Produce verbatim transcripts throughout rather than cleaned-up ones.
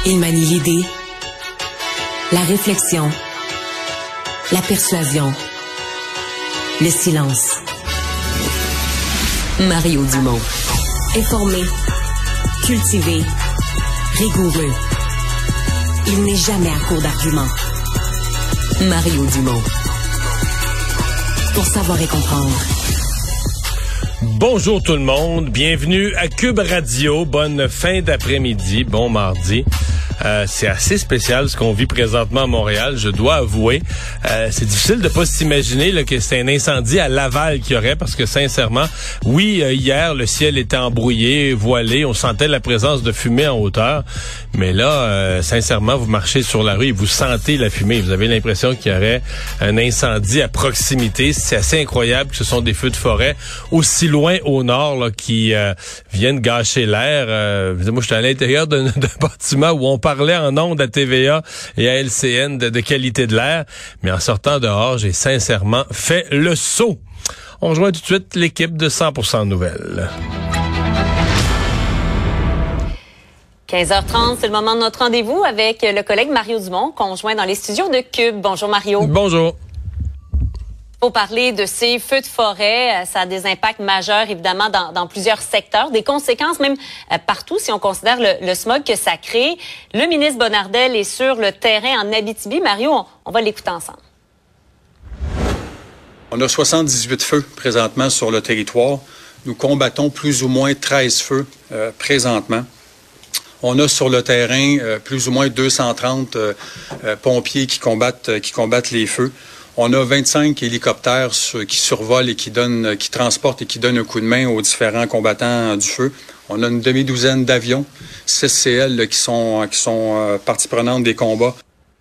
Il manie l'idée, la réflexion, la persuasion, le silence. Mario Dumont. Informé, cultivé, rigoureux. Il n'est jamais à court d'arguments. Mario Dumont. Pour savoir et comprendre. Bonjour tout le monde, bienvenue à Cube Radio, bonne fin d'après-midi, bon mardi. Euh, c'est assez spécial ce qu'on vit présentement à Montréal, je dois avouer. Euh, c'est difficile de pas s'imaginer là, que c'est un incendie à Laval qu'il y aurait, parce que sincèrement, oui, euh, hier, le ciel était embrouillé, voilé, on sentait la présence de fumée en hauteur, mais là, euh, sincèrement, vous marchez sur la rue et vous sentez la fumée. Vous avez l'impression qu'il y aurait un incendie à proximité. C'est assez incroyable que ce sont des feux de forêt aussi loin au nord là, qui euh, viennent gâcher l'air. Euh, moi, j'étais à l'intérieur d'un, d'un bâtiment où on parlait en ondes à T V A et à L C N de, de qualité de l'air, mais en sortant dehors, j'ai sincèrement fait le saut. On rejoint tout de suite l'équipe de cent pour cent Nouvelles. quinze heures trente, c'est le moment de notre rendez-vous avec le collègue Mario Dumont, qu'on joint dans les studios de Cube. Bonjour Mario. Bonjour. Pour parler de ces feux de forêt, ça a des impacts majeurs, évidemment, dans, dans plusieurs secteurs, des conséquences même euh, partout, si on considère le, le smog que ça crée. Le ministre Bonnardel est sur le terrain en Abitibi. Mario, on, on va l'écouter ensemble. On a soixante-dix-huit feux présentement sur le territoire. Nous combattons plus ou moins treize feux euh, présentement. On a sur le terrain euh, plus ou moins deux cent trente euh, euh, pompiers qui combattent, euh, qui combattent les feux. On a vingt-cinq hélicoptères qui survolent et qui donnent, qui transportent et qui donnent un coup de main aux différents combattants du feu. On a une demi-douzaine d'avions, six C L là, qui sont, qui sont euh, partie prenante des combats.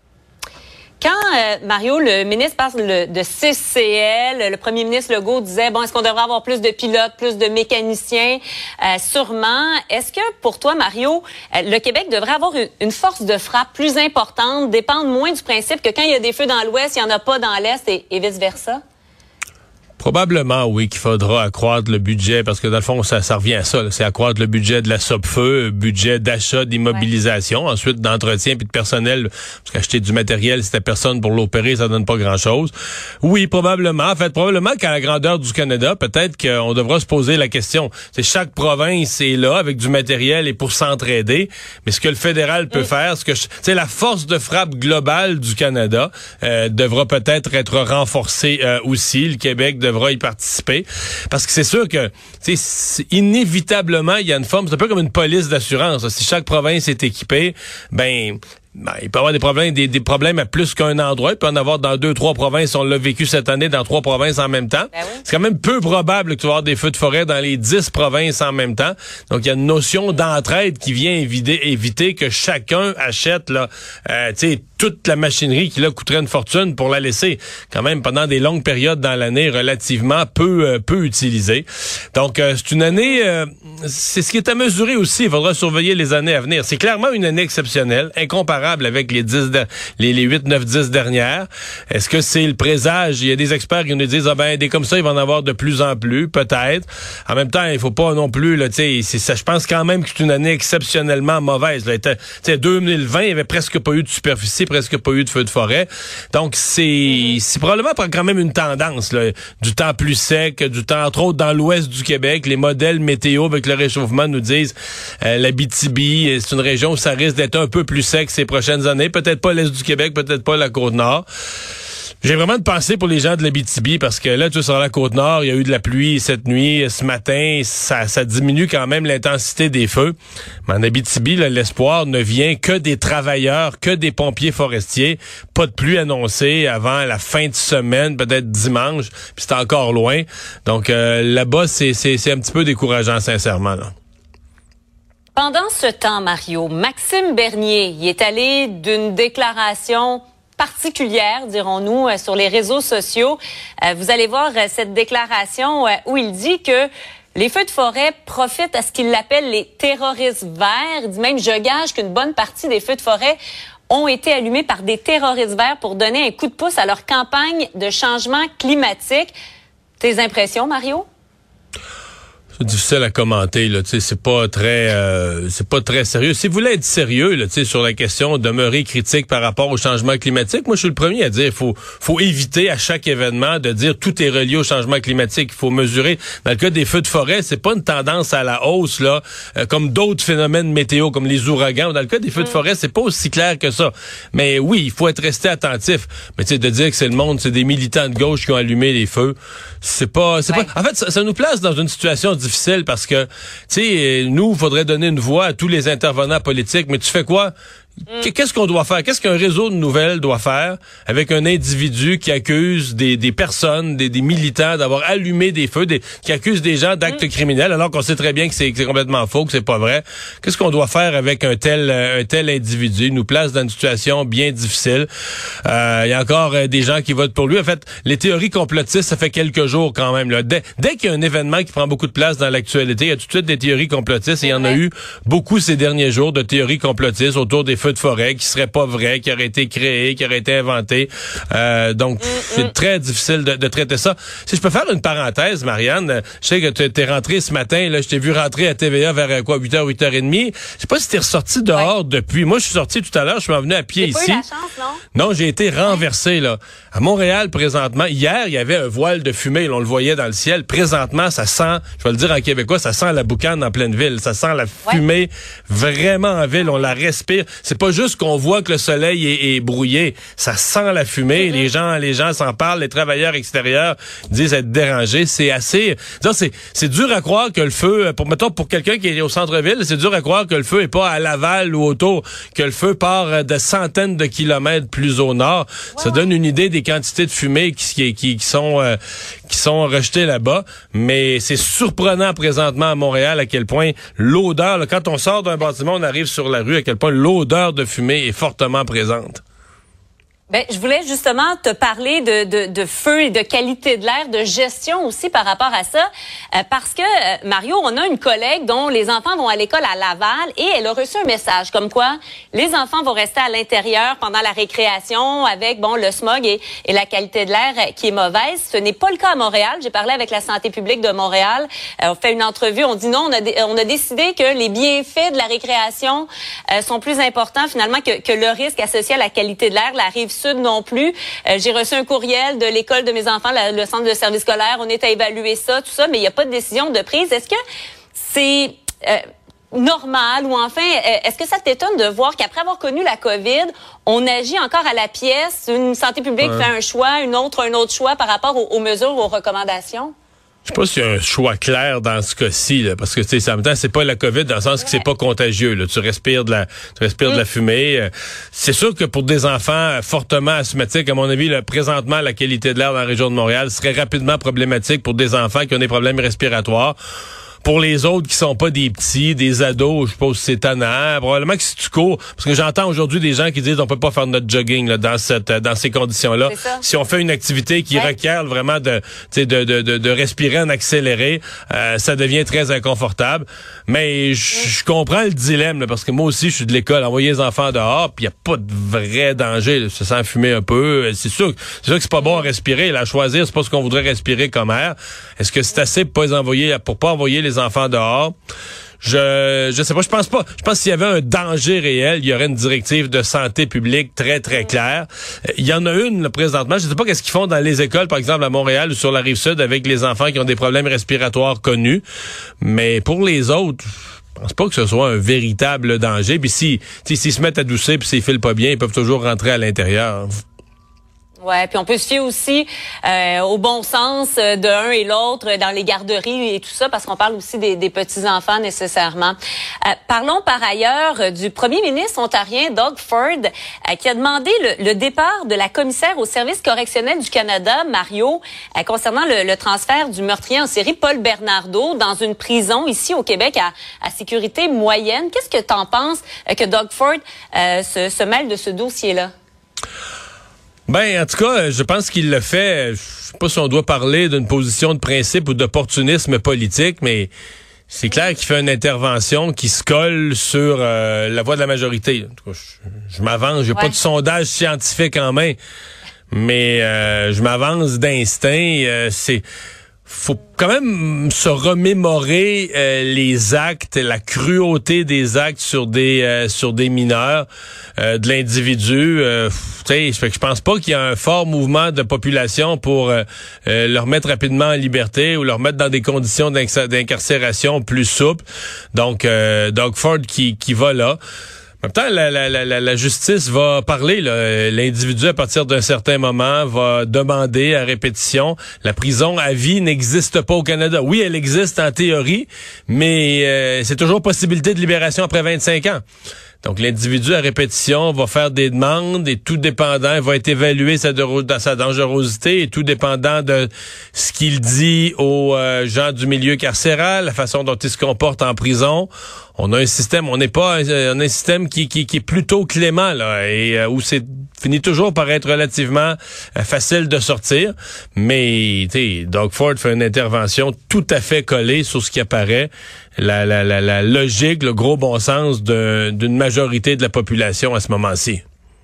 Quand, euh, Mario, le ministre parle de, de six C L, le premier ministre Legault disait, bon, est-ce qu'on devrait avoir plus de pilotes, plus de mécaniciens? Euh, sûrement. Est-ce que, pour toi, Mario, euh, le Québec devrait avoir une, une force de frappe plus importante, dépendre moins du principe que quand il y a des feux dans l'Ouest, il n'y en a pas dans l'Est et, et vice-versa? Probablement, oui, qu'il faudra accroître le budget, parce que dans le fond, ça, ça revient à ça. Là, c'est accroître le budget de la SOPFEU, budget d'achat, d'immobilisation, ouais. Ensuite d'entretien puis de personnel, parce qu'acheter du matériel, si t'as personne pour l'opérer, ça donne pas grand-chose. Oui, probablement. En fait, probablement qu'à la grandeur du Canada, peut-être qu'on devra se poser la question. C'est chaque province est là avec du matériel et pour s'entraider, mais ce que le fédéral peut mmh. faire, ce que c'est la force de frappe globale du Canada euh, devra peut-être être renforcée euh, aussi. Le Québec devra y participer. Parce que c'est sûr que, tu sais, inévitablement, il y a une forme, c'est un peu comme une police d'assurance. Si chaque province est équipée, ben, ben il peut y avoir des problèmes, des, des problèmes à plus qu'un endroit. Il peut en avoir dans deux, trois provinces. On l'a vécu cette année dans trois provinces en même temps. Ben oui. C'est quand même peu probable que tu vas avoir des feux de forêt dans les dix provinces en même temps. Donc, il y a une notion d'entraide qui vient éviter, éviter que chacun achète, là, euh, tu sais, toute la machinerie qui, là, coûterait une fortune pour la laisser quand même pendant des longues périodes dans l'année relativement peu, euh, peu utilisée. Donc, euh, c'est une année, euh, c'est ce qui est à mesurer aussi. Il faudra surveiller les années à venir. C'est clairement une année exceptionnelle, incomparable avec les dix, de, les, les huit, neuf, dix dernières. Est-ce que c'est le présage? Il y a des experts qui nous disent, ah ben, des comme ça, il va en avoir de plus en plus, peut-être. En même temps, il faut pas non plus, là, tu sais, c'est ça, je pense quand même que c'est une année exceptionnellement mauvaise, là. Tu sais, deux mille vingt, il y avait presque pas eu de superficie, presque pas eu de feu de forêt. Donc, c'est, mm-hmm. c'est probablement quand même une tendance, là. Du temps plus sec, du temps, entre autres, dans l'ouest du Québec. Les modèles météo avec le réchauffement nous disent, euh, l'Abitibi, c'est une région où ça risque d'être un peu plus sec ces prochaines années. Peut-être pas l'est du Québec, peut-être pas la Côte-Nord. J'ai vraiment de pensée pour les gens de l'Abitibi parce que là, tu sais, sur la Côte-Nord, il y a eu de la pluie cette nuit, ce matin, ça, ça diminue quand même l'intensité des feux. Mais en Abitibi, là, l'espoir ne vient que des travailleurs, que des pompiers forestiers. Pas de pluie annoncée avant la fin de semaine, peut-être dimanche, puis c'est encore loin. Donc euh, là-bas, c'est, c'est, c'est un petit peu décourageant, sincèrement, là. Pendant ce temps, Mario, Maxime Bernier y est allé d'une déclaration particulière, dirons-nous, sur les réseaux sociaux. Euh, vous allez voir euh, cette déclaration euh, où il dit que les feux de forêt profitent à ce qu'il appelle les terroristes verts. Il dit même, je gage qu'une bonne partie des feux de forêt ont été allumés par des terroristes verts pour donner un coup de pouce à leur campagne de changement climatique. Tes impressions, Mario? C'est difficile à commenter, là. Tu sais, c'est pas très, euh, c'est pas très sérieux. Si vous voulez être sérieux, là, tu sais, sur la question de demeurer critique par rapport au changement climatique, moi, je suis le premier à dire, il faut, faut éviter à chaque événement de dire tout est relié au changement climatique. Il faut mesurer. Dans le cas des feux de forêt, c'est pas une tendance à la hausse, là, euh, comme d'autres phénomènes météo, comme les ouragans. Dans le cas des feux de forêt, c'est pas aussi clair que ça. Mais oui, il faut être resté attentif. Mais tu sais, de dire que c'est le monde, c'est des militants de gauche qui ont allumé les feux, c'est pas, c'est ouais. pas. En fait, ça, ça nous place dans une situation difficile. difficile parce que, tu sais, nous, il faudrait donner une voix à tous les intervenants politiques, mais tu fais quoi? Mm. Qu'est-ce qu'on doit faire? Qu'est-ce qu'un réseau de nouvelles doit faire avec un individu qui accuse des, des personnes, des, des militants d'avoir allumé des feux, des, qui accuse des gens d'actes mm. criminels, alors qu'on sait très bien que c'est, que c'est complètement faux, que c'est pas vrai? Qu'est-ce qu'on doit faire avec un tel, un tel individu? Il nous place dans une situation bien difficile. Il euh, y a encore euh, des gens qui votent pour lui. En fait, les théories complotistes, ça fait quelques jours quand même. Là. Dès, dès qu'il y a un événement qui prend beaucoup de place dans l'actualité, il y a tout de suite des théories complotistes. Et il y en a eu beaucoup ces derniers jours de théories complotistes autour des feux de forêt qui seraient pas vrais, qui auraient été créés, qui auraient été inventés. Euh, donc, mm-hmm. c'est très difficile de, de traiter ça. Si je peux faire une parenthèse, Marianne, je sais que tu es rentrée ce matin, là, je t'ai vu rentrer à T V A vers quoi, huit heures, huit heures trente. Je sais pas si t'es ressorti dehors ouais. depuis. Moi, je suis sorti tout à l'heure, je suis venu à pied ici. Pas eu la chance, non? Non, j'ai été renversé, là. À Montréal, présentement, hier, il y avait un voile de fumée, là, on le voyait dans le ciel. Présentement, ça sent, je vais le dire en québécois, ça sent la boucane en pleine ville. Ça sent la fumée ouais. vraiment en ville. On la respire. C'est pas juste qu'on voit que le soleil est, est brouillé. Ça sent la fumée. Mm-hmm. Les gens, les gens s'en parlent. Les travailleurs extérieurs disent être dérangés. C'est assez, disons, c'est, c'est dur à croire que le feu, pour, mettons, pour quelqu'un qui est au centre-ville, c'est dur à croire que le feu est pas à Laval ou autour, que le feu part de centaines de kilomètres plus au nord. Ouais. Ça donne une idée des quantités de fumée qui, qui, qui sont, euh, qui sont rejetées là-bas. Mais c'est surprenant présentement à Montréal à quel point l'odeur, là, quand on sort d'un bâtiment, on arrive sur la rue, à quel point l'odeur de fumée est fortement présente. Ben, je voulais justement te parler de, de, de feu et de qualité de l'air, de gestion aussi par rapport à ça, euh, parce que, euh, Mario, on a une collègue dont les enfants vont à l'école à Laval et elle a reçu un message comme quoi les enfants vont rester à l'intérieur pendant la récréation avec, bon, le smog et, et la qualité de l'air qui est mauvaise. Ce n'est pas le cas à Montréal. J'ai parlé avec la santé publique de Montréal. Euh, on fait une entrevue. On dit non, on a, dé, on a décidé que les bienfaits de la récréation euh, sont plus importants finalement que, que le risque associé à la qualité de l'air. La rive sud non plus. Euh, j'ai reçu un courriel de l'école de mes enfants, la, le centre de service scolaire. On est à évaluer ça, tout ça, mais il n'y a pas de décision de prise. Est-ce que c'est euh, normal ou enfin, euh, est-ce que ça t'étonne de voir qu'après avoir connu la COVID, on agit encore à la pièce, une santé publique ouais. fait un choix, une autre un autre choix par rapport aux, aux mesures, aux recommandations? Je sais pas s'il y a un choix clair dans ce cas-ci, là, parce que tu sais, en même temps, c'est pas la COVID dans le sens ouais. que c'est pas contagieux. Là. Tu respires de la, tu respires mmh. de la fumée. C'est sûr que pour des enfants fortement asthmatiques, à mon avis, là, présentement, la qualité de l'air dans la région de Montréal serait rapidement problématique pour des enfants qui ont des problèmes respiratoires. Pour les autres qui sont pas des petits, des ados, je suppose que c'est tannant. Probablement que si tu cours, parce que j'entends aujourd'hui des gens qui disent on peut pas faire notre jogging là, dans cette dans ces conditions-là. Si on fait une activité qui ouais. requiert vraiment de, de, de, de, de respirer en accéléré, euh, ça devient très inconfortable. Mais je comprends le dilemme, là, parce que moi aussi, je suis de l'école, envoyer les enfants dehors, puis il y a pas de vrai danger. Là, se sent fumer un peu. C'est sûr, c'est sûr que c'est pas bon à respirer. Là, à choisir, c'est pas ce qu'on voudrait respirer comme air. Est-ce que c'est assez pour pas les envoyer, pour pas envoyer les enfants dehors? Je je sais pas, je pense pas. Je pense que s'il y avait un danger réel, il y aurait une directive de santé publique très très claire. Il y en a une là, présentement, je sais pas qu'est-ce qu'ils font dans les écoles par exemple à Montréal ou sur la Rive-Sud avec les enfants qui ont des problèmes respiratoires connus, mais pour les autres, je pense pas que ce soit un véritable danger. Puis si s'ils se mettent à dousser puis s'ils filent pas bien, ils peuvent toujours rentrer à l'intérieur. Ouais, puis on peut se fier aussi euh, au bon sens euh, de un et l'autre dans les garderies et tout ça, parce qu'on parle aussi des, des petits-enfants nécessairement. Euh, parlons par ailleurs euh, du premier ministre ontarien Doug Ford, euh, qui a demandé le, le départ de la commissaire au service correctionnel du Canada, Mario, euh, concernant le, le transfert du meurtrier en série Paul Bernardo dans une prison ici au Québec à, à sécurité moyenne. Qu'est-ce que t'en penses euh, que Doug Ford euh, se, se mêle de ce dossier-là? Ben, en tout cas, je pense qu'il le fait. Je sais pas si on doit parler d'une position de principe ou d'opportunisme politique, mais c'est clair qu'il fait une intervention qui se colle sur euh, la voix de la majorité. En tout cas, je, je m'avance, j'ai ouais. pas de sondage scientifique en main, mais euh, je m'avance d'instinct. Euh, c'est faut quand même se remémorer euh, les actes, la cruauté des actes sur des euh, sur des mineurs, euh, de l'individu. Euh, tu sais, je pense pas qu'il y a un fort mouvement de population pour euh, euh, leur mettre rapidement en liberté ou leur mettre dans des conditions d'incarcération plus souples. Donc, euh, Doug Ford qui qui va là. En même temps, la, la, la, la justice va parler. Là. L'individu, à partir d'un certain moment, va demander à répétition. La prison à vie n'existe pas au Canada. Oui, elle existe en théorie, mais euh, c'est toujours possibilité de libération après vingt-cinq ans. Donc, l'individu à répétition va faire des demandes et tout dépendant, il va être évalué sa, de, sa dangerosité et tout dépendant de ce qu'il dit aux euh, gens du milieu carcéral, la façon dont il se comporte en prison. On a un système, on n'est pas, on a un système qui, qui, qui est plutôt clément, là, et euh, où c'est finit toujours par être relativement euh, facile de sortir. Mais, tu sais, Doug Ford fait une intervention tout à fait collée sur ce qui apparaît la, la, la, la logique, le gros bon sens de, d'une majorité de la population à ce moment-ci.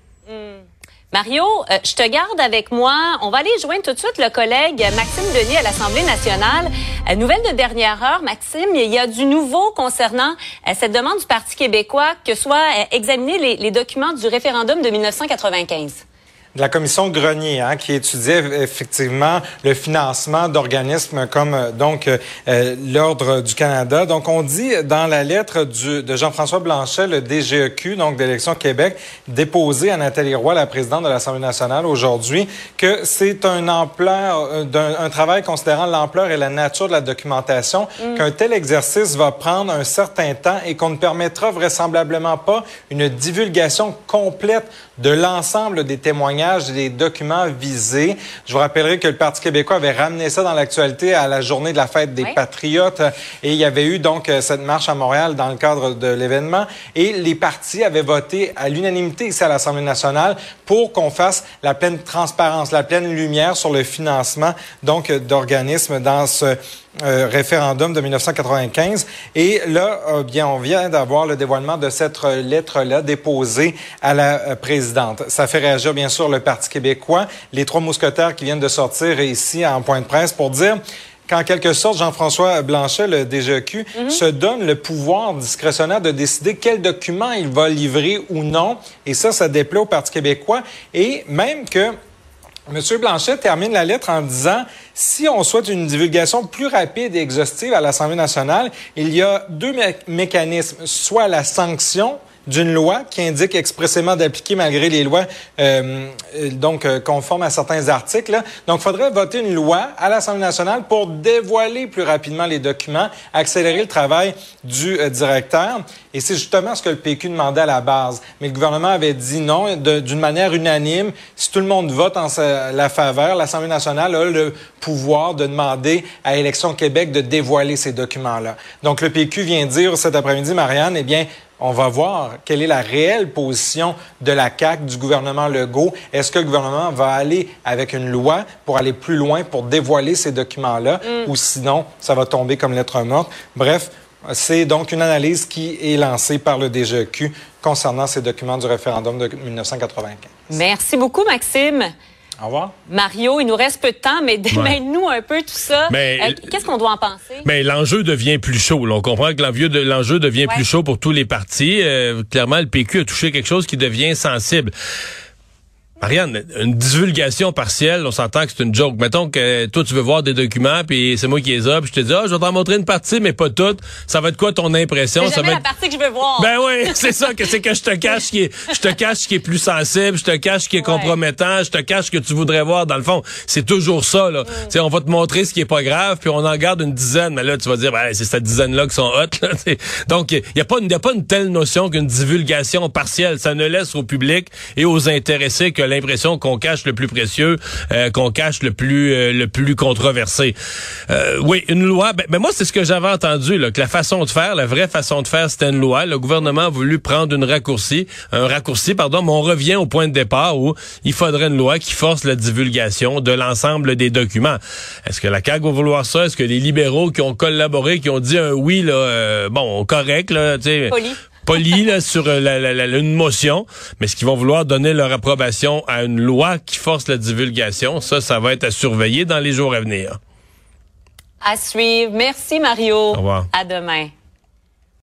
Mario, euh, je te garde avec moi. On va aller joindre tout de suite le collègue Maxime Denis à l'Assemblée nationale. Euh, nouvelle de dernière heure, Maxime, il y a du nouveau concernant euh, cette demande du Parti québécois que soient euh, examinés les, les documents du référendum de dix-neuf cent quatre-vingt-quinze. De la commission Grenier, hein, qui étudiait effectivement le financement d'organismes comme donc euh, l'Ordre du Canada. Donc, on dit dans la lettre du, de Jean-François Blanchet, le D G E Q, donc d'Élections Québec, déposée à Nathalie Roy, la présidente de l'Assemblée nationale aujourd'hui, que c'est un ampleur, d'un, un travail considérant l'ampleur et la nature de la documentation, mm. qu'un tel exercice va prendre un certain temps et qu'on ne permettra vraisemblablement pas une divulgation complète de l'ensemble des témoignages des documents visés. Je vous rappellerai que le Parti québécois avait ramené ça dans l'actualité à la journée de la fête des oui. Patriotes et il y avait eu donc cette marche à Montréal dans le cadre de l'événement et les partis avaient voté à l'unanimité ici à l'Assemblée nationale pour qu'on fasse la pleine transparence, la pleine lumière sur le financement donc d'organismes dans ce Euh, référendum de dix-neuf cent quatre-vingt-quinze. Et là, euh, bien, on vient d'avoir le dévoilement de cette lettre-là déposée à la euh, présidente. Ça fait réagir, bien sûr, le Parti québécois, les trois mousquetaires qui viennent de sortir ici en point de presse pour dire qu'en quelque sorte, Jean-François Blanchet, le D G E Q, mm-hmm. se donne le pouvoir discrétionnaire de décider quel document il va livrer ou non. Et ça, ça déplaît au Parti québécois. Et même que M. Blanchet termine la lettre en disant « Si on souhaite une divulgation plus rapide et exhaustive à l'Assemblée nationale, il y a deux mé- mécanismes, soit la sanction d'une loi qui indique expressément d'appliquer malgré les lois euh, donc euh, conformes à certains articles. Là. Donc, il faudrait voter une loi à l'Assemblée nationale pour dévoiler plus rapidement les documents, accélérer le travail du euh, directeur. Et c'est justement ce que le P Q demandait à la base. Mais le gouvernement avait dit non de, d'une manière unanime. Si tout le monde vote en sa, la faveur, l'Assemblée nationale a le pouvoir de demander à Élections Québec de dévoiler ces documents-là. Donc, le P Q vient dire cet après-midi, Marianne, eh bien, on va voir quelle est la réelle position de la C A Q, du gouvernement Legault. Est-ce que le gouvernement va aller avec une loi pour aller plus loin, pour dévoiler ces documents-là, mm. ou sinon, ça va tomber comme lettre morte? Bref, c'est donc une analyse qui est lancée par le D G E Q concernant ces documents du référendum de dix-neuf cent quatre-vingt-quinze. Merci beaucoup, Maxime. Au revoir. Mario, il nous reste peu de temps, mais démêle-nous un peu tout ça. Mais, euh, qu'est-ce qu'on doit en penser? Mais l'enjeu devient plus chaud. Là. On comprend que l'enjeu, de, l'enjeu devient ouais. plus chaud pour tous les partis. Euh, clairement, le P Q a touché quelque chose qui devient sensible. Marianne, une divulgation partielle, on s'entend que c'est une joke. Mettons que toi, tu veux voir des documents, puis c'est moi qui les ai, puis je te dis, ah, oh, je vais t'en montrer une partie, mais pas toute. Ça va être quoi ton impression? C'est jamais ça va la être... partie que je veux voir. Ben oui, c'est ça, que c'est que je te cache qui est, je te cache ce qui est plus sensible, je te cache ce qui est ouais. compromettant, je te cache ce que tu voudrais voir. Dans le fond, c'est toujours ça, là. Mm. Tu sais, on va te montrer ce qui est pas grave, puis on en garde une dizaine, mais là, tu vas dire, ben, c'est cette dizaine-là qui sont hot, là. T'sais. Donc, il y a pas une, y a pas une telle notion qu'une divulgation partielle. Ça ne laisse au public et aux intéressés que l'impression qu'on cache le plus précieux, euh, qu'on cache le plus euh, le plus controversé. Euh, oui, une loi. Ben, ben moi, c'est ce que j'avais entendu, là, que la façon de faire, la vraie façon de faire, c'était une loi. Le gouvernement a voulu prendre une raccourci, un raccourci, pardon, mais on revient au point de départ où il faudrait une loi qui force la divulgation de l'ensemble des documents. Est-ce que la C A Q va vouloir ça? Est-ce que les libéraux qui ont collaboré, qui ont dit un oui, là, euh, bon, correct, là, tu sais. Poli. Poli là, sur la, la, la, une motion, mais est-ce qu'ils vont vouloir donner leur approbation à une loi qui force la divulgation? Ça, ça va être à surveiller dans les jours à venir. À suivre. Merci, Mario. Au revoir. À demain.